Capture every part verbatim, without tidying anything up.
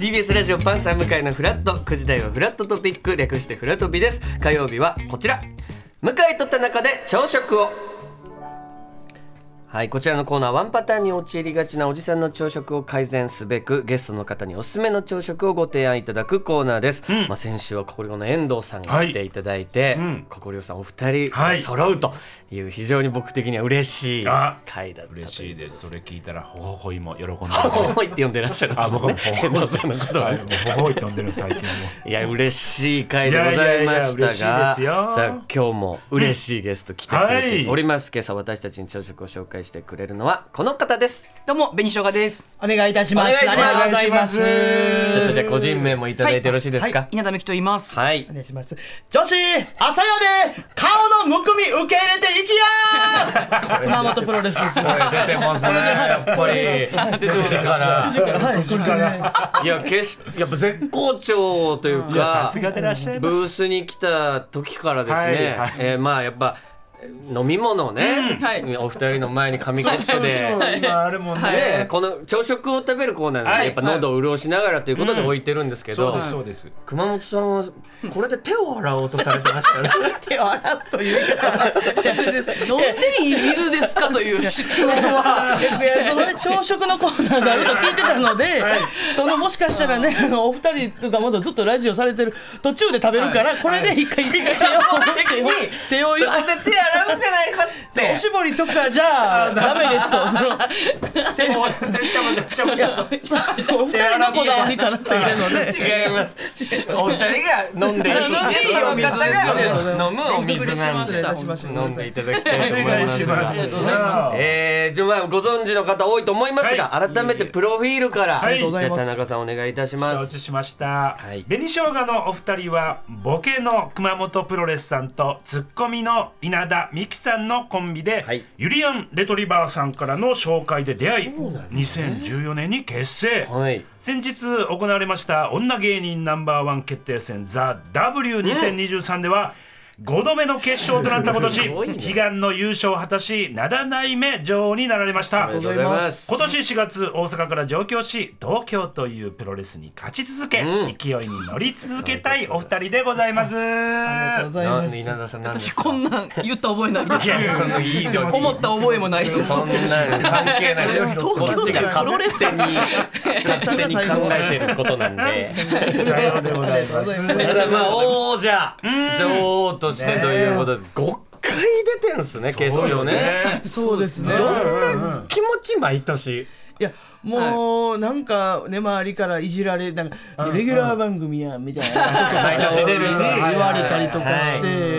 ティービーエス ラジオパンサー向井のフラット、くじ台はフラットトピック、略してフラトピです。火曜日はこちら、向井と田中で朝食を。はい、こちらのコーナー、ワンパターンに陥りがちなおじさんの朝食を改善すべく、ゲストの方におすすめの朝食をご提案いただくコーナーです。うん、まあ、先週はココリコの遠藤さんが来ていただいて、はい、うん、ココリコさんお二人揃うという非常に僕的には嬉しい回だったという。 嬉しいです。それ聞いたらほほほいも喜んでる。ほほほいって呼んでらっしゃるんですもんね、遠藤さんのことは、ね、はい、もうほほほいって呼んでる最近も。 いや嬉しい回でございましたが、いやいやいや嬉しいですよ。さあ今日も嬉しいゲスト来てくれております。うん、はい、今朝私たちに朝食を紹介してくれるのはこの方です。 どうも紅生姜です。 お願いいたします。 お願いします。 ちょっとじゃあ個人名もいただいてよろしいですか。 はいはい、稲田美希と言います。 はい、 お願いします。女子朝やで顔のむくみ受け入れていきや熊本プロレスです。 これ出てますね、やっぱり出てますから、 はい、これからいや決しやっぱ絶好調というか、 さすがでいらっしゃいます。 ブースに来た時からですね、はいはい、えー、まあやっぱ飲み物をね、うん、はい、お二人の前に紙コップで今あるもんね、 ね、この朝食を食べるコーナーで、はい、やっぱ喉を潤しながらということで置いてるんですけど、 うん、そうですそうです。 熊本さんはこれで手を洗おうとされてましたね。 手を洗うという言い方飲んでいい水ですかという質問はその、ね、朝食のコーナーがあると聞いてたので、はい、そのもしかしたらねお二人とかまだずっとラジオされてる途中で食べるから、はい、これで一回手を手を手を洗うんじゃないかって、 おしぼりとかじゃあダメですと、その手もちゃもちゃちゃもちゃお二人のこだわりかなというので違います。お二人が飲んでいいゲストの方が飲むお水なんで飲んでいただきたいと思います。えー、じゃあまあご存知の方多いと思いますが、はい、改めてプロフィールから、はい、じゃあ田中さんお願いいたします。 承知しました。はい、紅生姜のお二人はボケの熊本プロレスさんとツッコミの稲田美希さんのコンビで、はい、ユリアンレトリバーさんからの紹介で出会い、ね、にせんじゅうよねんに結成、はい、先日行われました女芸人ナンバーワン決定戦 ザ・ダブリューにせんにじゅうさん ではごどめの決勝となった今年、ね、悲願の優勝を果たしなな代目女王になられました。 ありがとうございます。 今年しがつ大阪から上京し東京というプロレスに勝ち続け、うん、勢いに乗り続けたいお二人でございます。 ありがとうございます。 稲田さん、 私こんなん言った覚えないです。 いやそのいい思った覚えもないです。 そんな関係ない。こっちが勝手に勝手に考えてることなんで。 さようでございます。 ただまあ王者女王としてということでごかい出てんすね、決勝ね。 そうですね。 どんな気持ち毎年。 いやもう、はい、なんかね周りからいじられなんかレギュラー番組やみたいな毎年出るし言われたりとかして、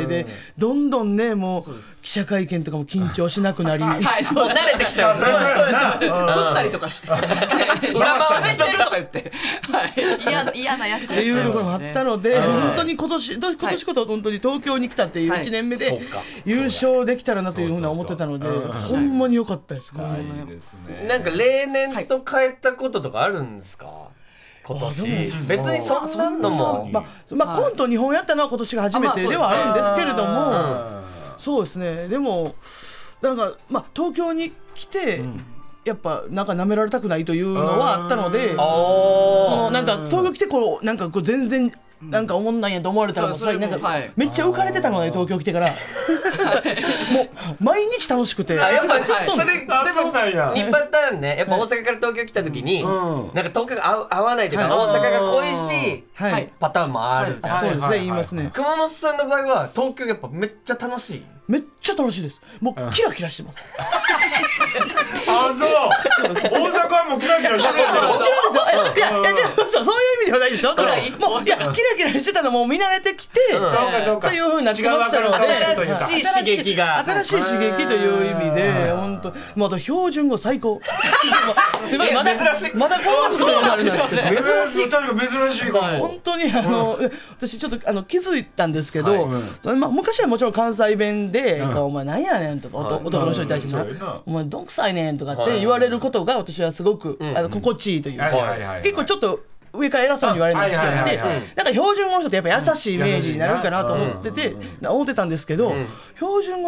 でどんどんねもう記者会見とかも緊張しなくなり、 はい、そう慣れてきちゃう。そうです打ったりとかして裏回してるとか言って、はい、嫌嫌なやつっていうところもあったので、本当に今年今年こそ本当に東京に来たっていういちねんめで優勝できたらなというふうに思ってたので、ほんまに良かったですから。 なんか例年と変えたこととかあるんですか、今年。別にそんなのも、 まあまあ、コントにほんやったのは今年が初めてではあるんですけれども、あ、そうですね。でもなんか、まあ、東京に来て、うん、やっぱなんか舐められたくないというのはあったので、そのなんか東京来てこうなんかこう全然なんか思んないんやと思われたらもうそれなんかめっちゃ浮かれてたので、東京来てからもう毎日楽しくて。 あ、やっぱそれでもにパターンね。やっぱ大阪から東京来た時になんか東京が合わないというか大阪が恋しいパターンもあるじゃん。 そうですね、言いますね。 熊本さんの場合は東京やっぱめっちゃ楽しい。 めっちゃ楽しいです。もうキラキラしてます。 あ、そう。大阪はもうキラキラしてる。 もちろんですよ。いやいや、そういう意味ではないですよ。もういやキラキラしてたのも見慣れてきてという風になってましたので、 新しい刺激が新しい刺激という意味で本当まだ標準語最高。すごいまだ珍しいまだこうそうなんですよ。 珍しいとにかく珍しいかも。 本当にあの私ちょっとあの気づいたんですけど、まあ昔はもちろん関西弁でで、うん、お前なんやねんとか、はい、男の人に対してな、うん、お前どんくさいねんとかって言われることが私はすごく、うん、あの心地いいというか、はい、結構ちょっと上から偉そうに言われるんですけど、ね、はいはいはいはい、だから標準語の人ってやっぱ優しいイメージになるかなと思ってて、うん、思ってたんですけど、うん、標準語ね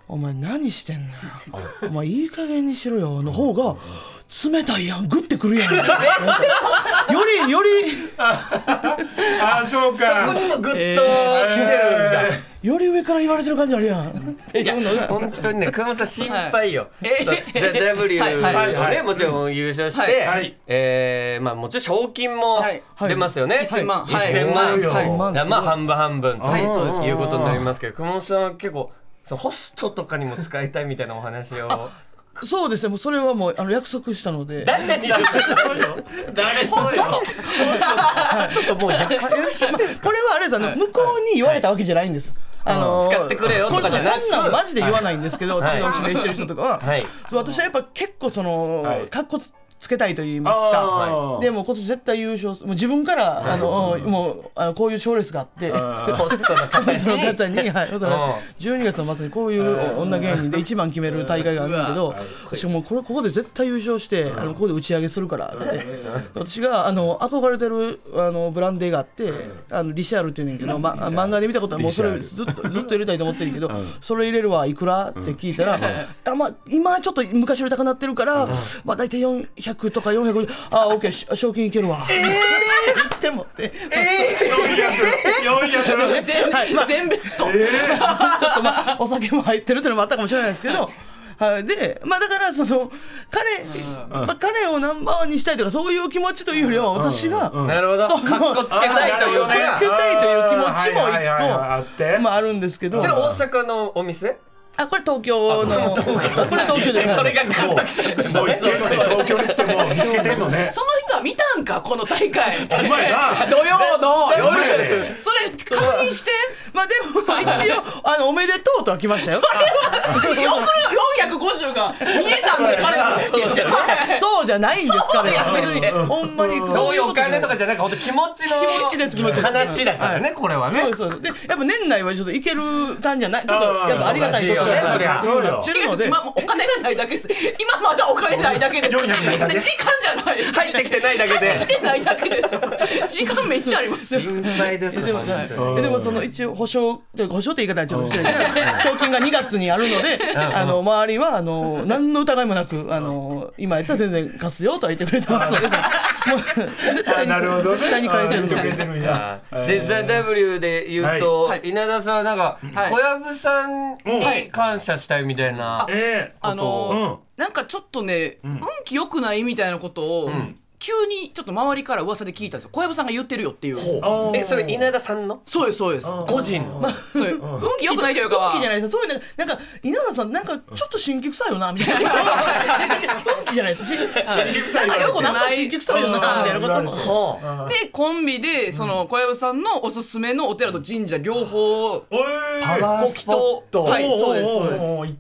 お前何してんのお前いい加減にしろよの方が冷たいやんグッてくるやんよりよりああそうかそこにもグッと来てるんだ、 えー、より上から言われてる感じあるやんいや本当にね熊本さん心配よ、 はい、 そう ザ・ダブリュー をね、 はいはい、 もちろん優勝して、はい、えー、まあもちろん賞金も出ますよね、はい、 せんまん、 はい、せんまん、 はい、 まあ半分半分と、 はい、そうですいうことになりますけど、熊本さんは結構そのホストとかにも使いたいみたいなお話をそうですね、もうそれはもうあの約束したので。 誰に約束したの？誰とよ？ホストともう約束したんですか？ これはあれです、あの向こうに言われたわけじゃないんです。あのー、 使ってくれよとかじゃなくて、 そんなんマジで言わないんですけど、私の指名してる人とかは、 はい、 そう私はやっぱ結構その、はい、かっこつけたいと言いますか、 はい、 でも今年絶対優勝すもう自分から、はい、あの、うん、もうあのこういう賞レースがあってホストの方にその方に、はい、そのじゅうにがつの末にこういう女芸人でいちばん決める大会があるんだけど、私もうこれここで絶対優勝してあのここで打ち上げするからって私があの憧れてるあのブランデーがあってあのリシャールっていうねんけど、ま、漫画で見たことはもうそれずっとずっと入れたいと思ってるけどそれ入れるはいくらって聞いたら、あ、まあ、今ちょっと昔より高なってるから、まあ、大体よんひゃくとかよんひゃくあ、オッケー、賞金いけるわ。えー、言ってもって。 えー、よんひゃく、よんひゃく、 全、はい、まあ、全ベッド。 えー、ちょっとまあお酒も入ってるっていうのもあったかもしれないですけど。はい、で、まあだからその彼、まあ、彼をナンバーワンにしたいとかそういう気持ちというよりは私が、 うんうん、なるほど、かっこつけたいというか、 つけたいという気持ちも一個まああるんですけど。 それ大阪のお店？ あ、これ東京のこれ東京でそれがグッときちゃってそういう東京に来ても見つけてんのね。 その人は見たんかこの大会。 お前な土曜の夜それ確認して。 まあでも一応あのおめでとうとは来ましたよ。 それはよんひゃくごじゅうが見えたんで彼はそうじゃないそうじゃないんです彼は別にほんまにそういうお金とかじゃなく本当気持ちの気持ちです気持ち話だからねこれはね。 そうそうでやっぱ年内はちょっといける感じじゃないちょっとやっぱありがたいことがそうよ。 今お金がないだけです。今まだお金ないだけです。時間じゃない。 入ってきてないだけで。 入ってきてないだけです。時間めっちゃあります。 心配です。 でもでもその一応保証というか保証って言い方はちょっと失礼ですけど、賞金がにがつにあるので、あの周りはあの何の疑いもなくあの今やったら全然貸すよとは言ってくれてますので、もう絶対に絶対に返せる。 でザ・ダブリューで言うと稲田さんはなんか小籔さんに感謝したいみたいな。 えあのー、なんかちょっとね、うん、運気良くないみたいなことを、うん、急にちょっと周りから噂で聞いたんですよ。小籔さんが言ってるよっていう。 え、それ稲田さんの？ そうですそうです。 個人の。 まあ、そういう運気良くないというかは。 運気じゃないです。そういうね、なんか稲田さんなんかちょっと新規臭いよなみたいな。運気じゃないです。新規臭いよ。なんか新規臭いよなみたいなこと。 でコンビでその小籔さんのおすすめのお寺と神社両方パワースポット。 はい、そうですそうです。 行って。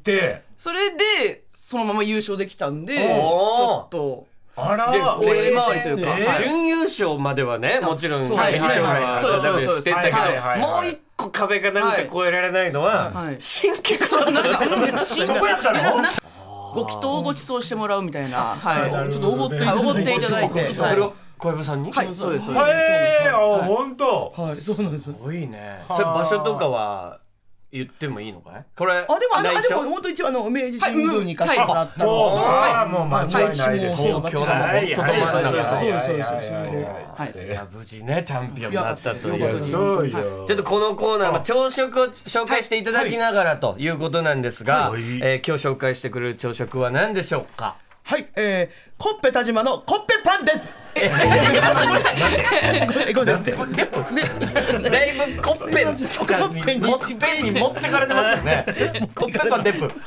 それでそのまま優勝できたんでちょっとあらお礼回りというか、 えー、準優勝まではねもちろん優勝はしてたけどもう一個壁がなんか越えられないのは新規臭なんかそこやったのご祈祷をご馳走してもらうみたいな、はい、 ちょっとおごっておごっていただいてそれを小籔さんにはいそうですそうですへー本当はいそうなんですすごいねそれ場所とかは言ってもいいのかいこれあでもあでも本当一応あの明治神宮に行かせてもらったのもうもう間違いないです東京の本当ともそうですそうですそうですいや無事ねチャンピオンになったというそうよちょっとこのコーナー朝食を紹介していただきながらということなんですがえ今日紹介してくれる朝食は何でしょうかはい、えー、コッペ田島のコッペパンです。え、 ごめんなさい。 ごめんなさい。 だいぶコッペとかにペンに持ってかれてますよね。コッペパンデップ。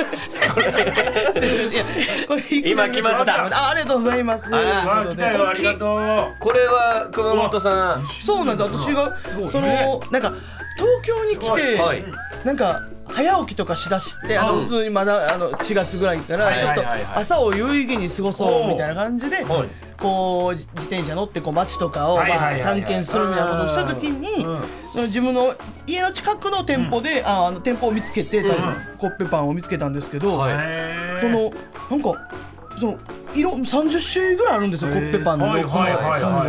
今来ました。 あ、ありがとうございます。 あ、来たよ、ありがとう。 これは熊本さん。 そうなんです。私がそのなんか東京に来てなんか。早起きとかしだしてあの普通にまだあのしがつぐらいからちょっと朝を有意義に過ごそうみたいな感じでこう自転車乗ってこう街とかをまあ探検するみたいなことをした時にその自分の家の近くの店舗でああの店舗を見つけてコッペパンを見つけたんですけどそのなんかその色さんじゅっしゅるいぐらいあるんですよコッペパンの。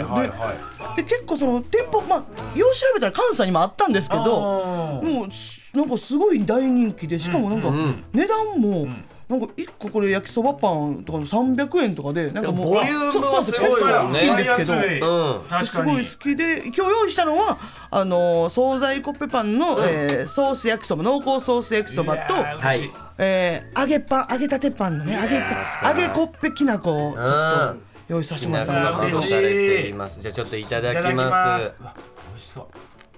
で結構その店舗まあよう調べたら関西にもあったんですけどもうなんかすごい大人気で、しかもなんか値段もなんかいっここれ焼きそばパンとかのさんびゃくえんとかで、なんかもうボリュームはすごいよね。 大きいんですけど、 うん確すごいかに好きで、今日用意したのはあの惣菜コッペパンの、えーソース焼きそば、濃厚ソース焼きそばと、 はいえー揚げパン、揚げたてパンのね、揚げパン、揚げコッペきなこをちょっと用意させてもらったんですけど、 されています。じゃあちょっといただきいただきまますす。うわ美味しそう。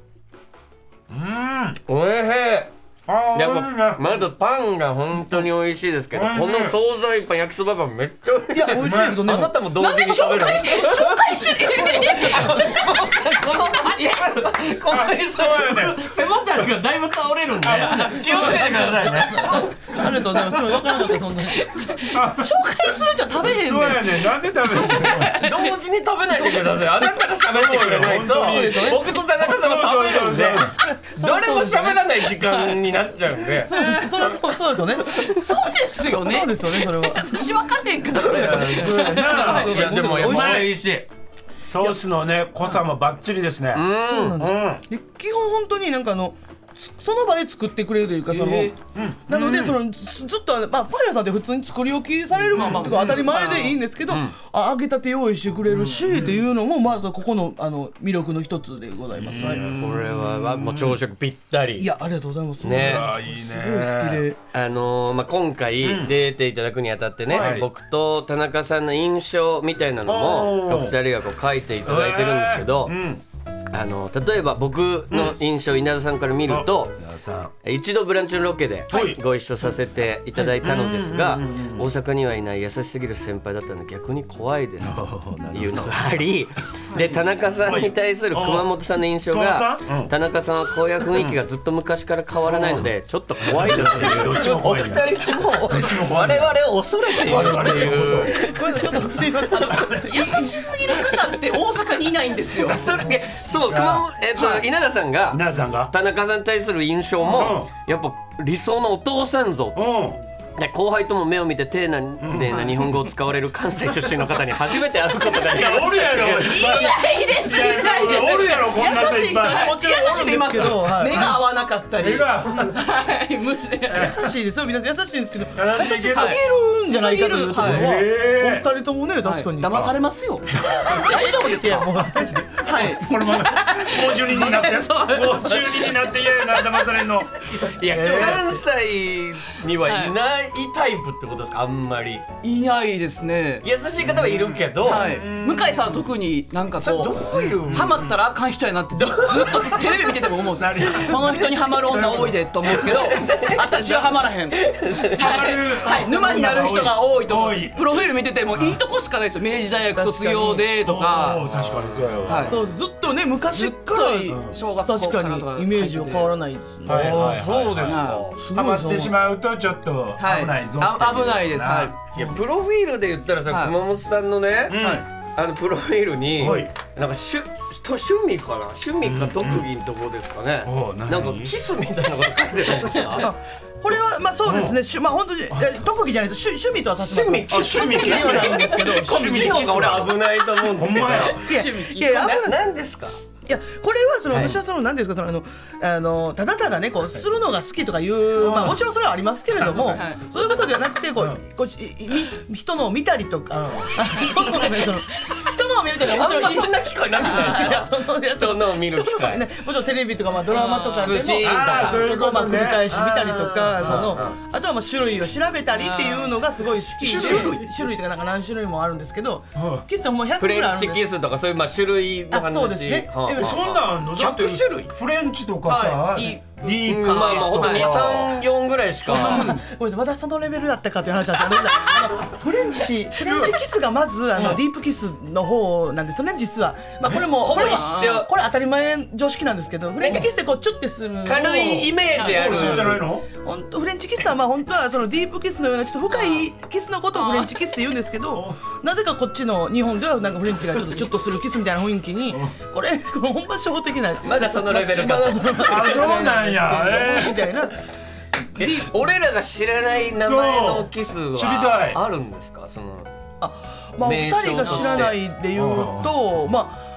うんおいしい。 あーやっ美味しいねぱまずパンが本当に美味しいですけど、 美味しいこの惣菜パン、焼きそばパンめっちゃ美味しいいや美味しいですよね。 あなたも同時に食べる。 紹介してるこのいやこの椅子背もたれがだいぶ倒れるんで気をつけてくださいね。 ありがとうございます。分からなかった、そんなに。 紹介する人は食べへんねん。 そうやねなんで食べるの同時に食べないでください。あなたが喋ってくれないとそうよ僕と田中さんは食べるんでそう誰も喋らない時間になっちゃうんで。 それはそうそうですよね。 そうですよね。 そうですよね、それは。 私分からへんからそれ。 いやでもやっぱ美味しい。 ソースのね濃さもバッチリですねそうなんうんです。で基本本当になんかあのその場で作ってくれるというか、その、 えなのでそのずずっとまあパン屋さんって普通に作り置きされるとか当たり前でいいんですけど、あ揚げたて用意してくれるしっていうのもまだここのあの魅力の一つでございます。はい。 これはもう朝食ぴったり。 いやありがとうございます。 ねあいいねすごい好きで。 あのーまあ、今回出ていただくにあたってね、 はい僕と田中さんの印象みたいなのもおーお二人がこう書いていただいてるんですけど、 うんあの例えば僕の印象、稲田さんから見ると、 皆さん一度ブランチのロケではいご一緒させていただいたのですが、大阪にはいない優しすぎる先輩だったので逆に怖いですというのがあり、で田中さんに対する熊本さんの印象熊が本さんうん田中さんはこういう雰囲気がずっと昔から変わらないのでちょっと怖いですっていう、 どっちも怖いお二人とも我々を恐れているっていう。 これちょっとすいません。 優しすぎる方って大阪にいないんですよ。 それでそう熊本、えっと稲田さんが皆さんが田中さんに対する印象もやっぱ理想のお父さん像うんで後輩とも目を見て丁寧な日本語を使われる関西出身の方に初めて会うことができました。 おるやろいないですいないです。 おるやろこんな人いっぱいもちろんおるんですけど、はい目が合わなかったり。 絵がはい無事で。 優しいですよ、皆さん優しいんですけど、 優しい優しすぎるんじゃないかというところは、 はいお二人ともね、確かに。 騙されますよ。大丈夫ですか。 もうはい。 これまだもうじゅうにになってそうもうじゅうにになって嫌やな騙されんのいや、関西にはいないタイプってことですか、あんまり。 いないですね。 優しい方はいるけど、 はい。向井さん特になんかこどういううハマったらあかん人やなってずずっとテレビ見てても思うんですよ。この人にハマる女多いでと思うんですけど、私はハマらへん。はいはい。沼になる人が多いと思う多い。 プロフィール見ててもいいとこしかないですよ。明治大学卒業でとおか。 ー確かにそうやわはい。 そうです、ずっとね、昔からずっと小学校確かにイメージは変わらないですね。 はいはいはいそうですか。 はすごいそうハマってしまうとちょっとはい。 危ないぞあ危ないです。はいや、プロフィールで言ったらさ、 はい熊本さんのね、 いはい。 あのプロフィールに、 はいなんか趣趣味かな、趣味か特技のとこですかね、 おう何なんかキスみたいなこと書いてないですか。 あこれはまあそうですね、しまあ本当にえ特技じゃないです、趣趣味とはさせてもらって趣味趣味趣味ではないんですけど、 こっちの方が俺危ないと思うんですけど。 ほんまやいやいや危ないななんですか。 いやこれはその、私はその何ですか、そのあのあのただただねこうするのが好きとかいう、まあもちろんそれはありますけれども、 はいそういうことではなくてこう、こうしいみ人のを見たりとか、あ人のをねその人のを見るというのはもちろんあんまそんな機会なくないですいやそのか。人のを見る機会。 ね、もちろんテレビとかまあドラマとかでも寿司とかあーそういうそこをまあことね繰り返し見たりとか、 あーそのああとはまあ種類を調べたりっていうのがすごい好きで、 種類種類とかなんか何種類もあるんですけど、 はいキスってもうひゃくフレぐらいあるんです。 ンチキスとかそういうまあ種類の話。 あそうですねはあええそんなんあんのだってひゃく種類フレンチとかさはいディーうん、まあまあ本当にさん、よんぐらいしか。 ごめんなさい、まだそのレベルだったかという話なんですよ。あのフレンチフレンチキスがまずあのディープキスの方なんですよね、実は。まあこれもほぼこれは一緒これ当たり前常識なんですけど、フレンチキスってこうチュッてするのを軽いイメージある。 そうじゃないの本当フレンチキスはまあ本当はそのディープキスのようなちょっと深いキスのことをフレンチキスって言うんですけど、なぜかこっちの日本ではなんかフレンチがちょっとチュッとするキスみたいな雰囲気に、これほんま初歩的なまだそのレベルか。 あそうなんやえみたいな。 え俺らが知らない名前のキスそう知りたいはあるんですか。そのあまあお二人が知らないで言うと、まあ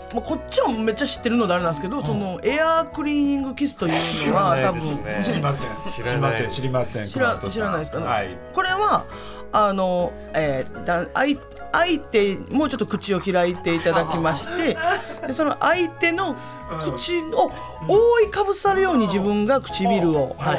まあ、こっちはめっちゃ知ってるのであれなんですけど、うん、そのエアークリーニングキスというのは多分知りません知りません知りません知ら知らないですかね、 はい、 これはあの、えー、だ相, 相手もうちょっと口を開いていただきましてでその相手の口を覆いかぶさるように自分が唇を、はい、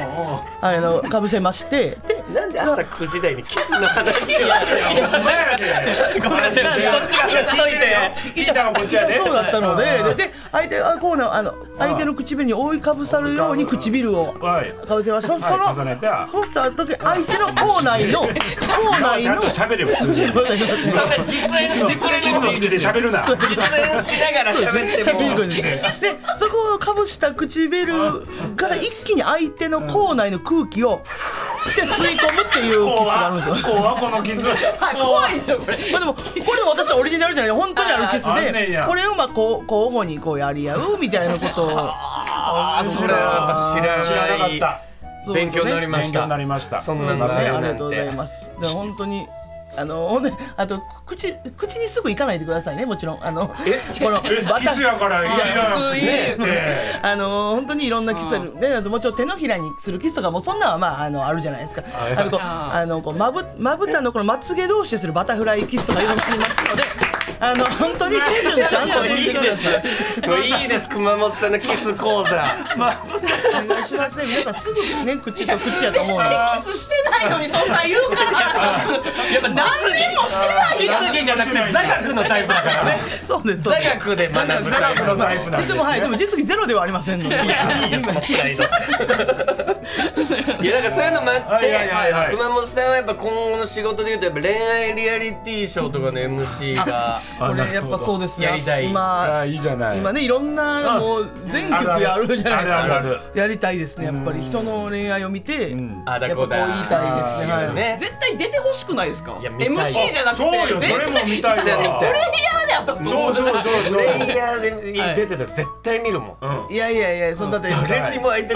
あのかぶせましてでなんで朝くじ台にキスの話をやってるのごめんなさいこっちが聞いて聞いたのこっちやねそうだったのででで相手あこうなあの相手の唇に覆いかぶさるように唇をかぶせました、その重ねたそうした時相手の口内の口内のちゃんと喋れ普通に実演してくれるの口で喋るな実演しながら喋ってもでそこをかぶした唇から一気に相手の口内の空気をで吸い込むっていうキスがあるんですよ。 怖このキス。 はい、怖いですよこれ。 まあでもこれも私はオリジナルじゃない本当にあるキスでこれをまあこう交互にこうやり合うみたいなことを。 ああそれはやっぱ知らない。 知らなかった。 勉強になりました。 勉強になりました。 そんなのありがとうございます。で本当に。あのね、あと口口にすぐ行かないでくださいねもちろんあのえこのキスやからいや普通いいあの本当にいろんなキスねもちろん手のひらにするキスとかもそんなはまああのあるじゃないですかあのこうあのこうまぶまぶたのこのまつげ同士でするバタフライキスとかいうのもありますのであの本当に手順ちゃんといいですもういいです熊本さんのキス講座お願いしますね皆さんすぐね口と口やと思うのでキスしてないのにそんな言うからやっぱ何年もしてない実技じゃなくて座学のタイプだからねそうです座学で学ぶタイプのタイプなんですでもはいでも実技ゼロではありませんのでいいよそのプライドいやだからそういうのもあって熊本さんはやっぱ今後の仕事でいうとやっぱ恋愛リアリティショーとかの エムシー がこれやっぱそうですねやりたい今いいじゃない今ねいろんなもう全曲やるじゃないですかあるあるやりたいですねやっぱり人の恋愛を見てあやっぱこう言いたいですねはい絶対出てほしくないですかいや見たいエムシー じゃなくてそうよそれも見たいわプレイヤーだよとそうそうそうそうプレイヤーで出てたら絶対見るもんいやいやいやそんだって誰にも相手に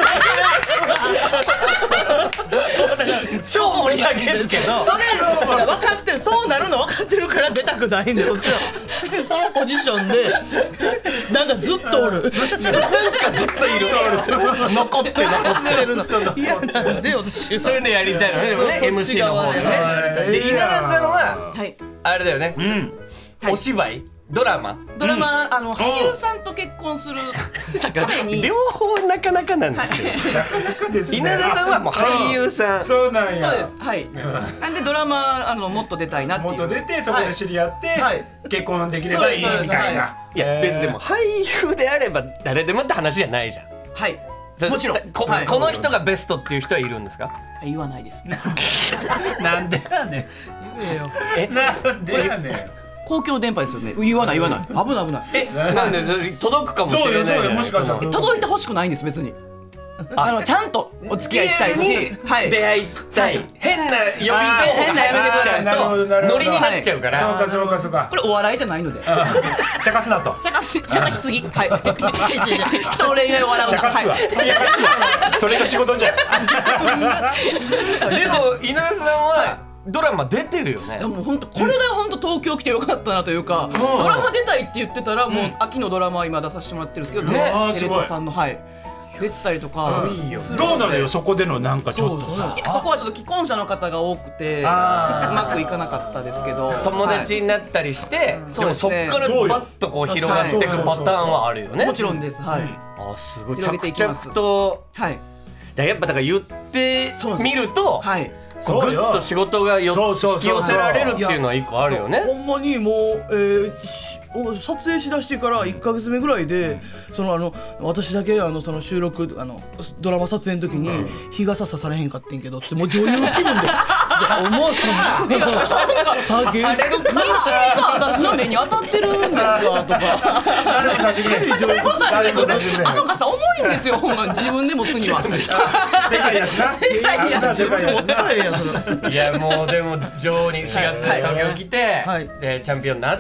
超盛り上げるけどそれ分かってるそうなるの分かってるから出たくないんでこっちはそのポジションでなんかずっとおるなんかずっといる残って残ってるのいやなんで私そういうのやりたいのねでもね エムシー の方でねで稲田さんはあれだよねお芝居ドラマドラマ、うん、あの俳優さんと結婚するために両方なかなかなんですよ稲田さんはもう俳優さんそうなんやそうですはい、うん、なんでドラマあのもっと出たいなっていうもっと出てそこで知り合って、はい、結婚できればいいみたいな、 はい、いや別にでも俳優であれば誰でもって話じゃないじゃんはいもちろんこ,、はい、この人がベストっていう人はいるんですか言わないですなんでやねん言えよえなんでやねん公共電波ですよね言わない言わない危ない危ないえなんでそれ届くかもしれないもしかしたら届いてほしくないんです別にあのちゃんとお付き合いしたいし、 はい、出会いたい、はい、変な呼び情報が変なやめてくださいとノリになっちゃうから、 はい、そうかそうかそうかこれお笑いじゃないので茶化すなと茶化し茶化しすぎはい人の恋愛を笑うな茶化しは茶化しはそれが仕事じゃんでも稲田さんはドラマ出てるよね。 いやもう本当これが本当東京来てよかったなというか、うん、ドラマ出たいって言ってたらもう秋のドラマは今出させてもらってるんですけど、ね、テレ東さんのはい出たりとか、 うん、どうなのよそこでのなんかちょっとさいやそこはちょっと既婚者の方が多くてうまくいかなかったですけど友達になったりして、はい、でもそっからバッとこう広がっていくパターンはあるよね。 もちろんです、はい、うん、 あすごい着々と、はい、だやっぱだから言ってみると、はい、ぐっと仕事がよ引き寄せられるっていうのは一個あるよね。 ほんまにもう、えー、撮影しだしてからいっかげつめぐらいで、うん、そのあの私だけあのその収録あのドラマ撮影の時に、うん、日傘さされへんかってんけどってもう女優気分で思わず刺されるか西日が私の目に当たってるんですかとかあの傘重いんですよほんま自分で持つにはでかいやつなでかいやつ持ったやついやもうでも女王にしがつで東京来て、はい、でチャンピオンになって、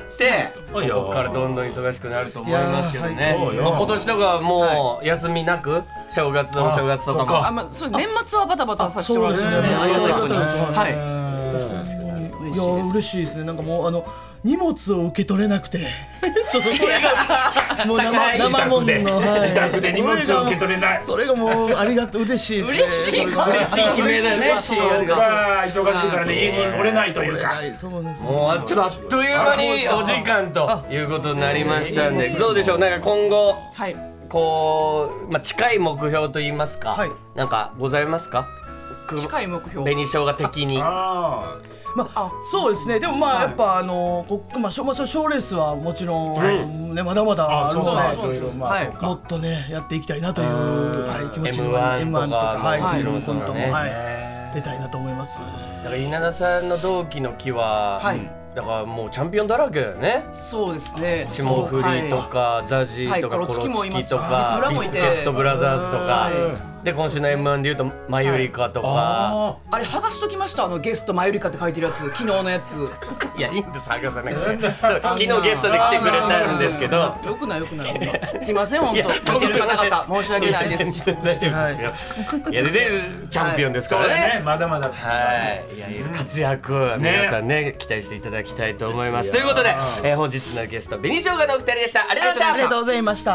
はい、ここからどんどん忙しくなると思いますけどね、はい、まあ、今年とかもう休みなく正月お正月とかもあ、まあ、そうです年末はバタバタさせてもらってるんでありがたいことにはい嬉嬉しいです。 いや嬉しいですね。なんかもうあの荷物を受け取れなくてそのこれがもう生生もんの、はい、 自宅で荷物を受け取れない。 それがもうありがとう嬉しいですね。 嬉しいか嬉しい悲鳴だよね。 そうか忙しいからね、家に来れないというか。 そうです。 もうあっとあっという間にお時間ということになりましたんで、どうでしょう。なんか今後、はい、こうまあ近い目標と言いますか、はい、なんかございますか。 近い目標。 紅生姜的に。 あまあ、そうですね。でもまあやっぱあのこまあ賞レースはもちろんねまだまだあるので、もっとねやっていきたいなというはい気持ちの エムワン とかはいもちろんともはい出たいなと思います。 だから稲田さんの同期の木は、だからもうチャンピオンだらけだよね。 そうですね。 霜降りとかザジーとかコロチキとかビスケットブラザーズとか。で今週の エムワン でいうとマユリカとか、 はい、あ, あれ剥がしときました。あのゲストマユリカって書いてるやつ昨日のやつ。 いやいいんです剥がさなくてそう昨日ゲストで来てくれたんですけどよくないよくないすいません本当見てる方々申し訳ないです。 全然大丈夫ですよ、はい、いやでチャンピオンですからね、 はい、ねまだまだはいいやいや活躍、うん、皆さんね期待していただきたいと思いますということで、えー、本日のゲスト紅しょうがのお二人でした。ありがとうございました。 ありがとうございました。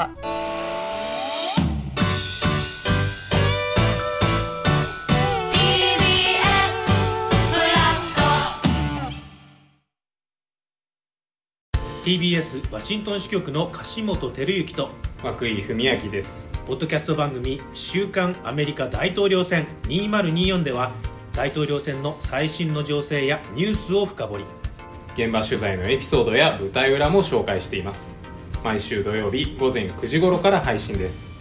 ティービーエス ワシントン支局の樫本照之と涌井文明です。 ポッドキャスト番組週刊アメリカ大統領選にせんにじゅうよんでは大統領選の最新の情勢やニュースを深掘り、 現場取材のエピソードや舞台裏も紹介しています。毎週土曜日午前くじ頃から配信です。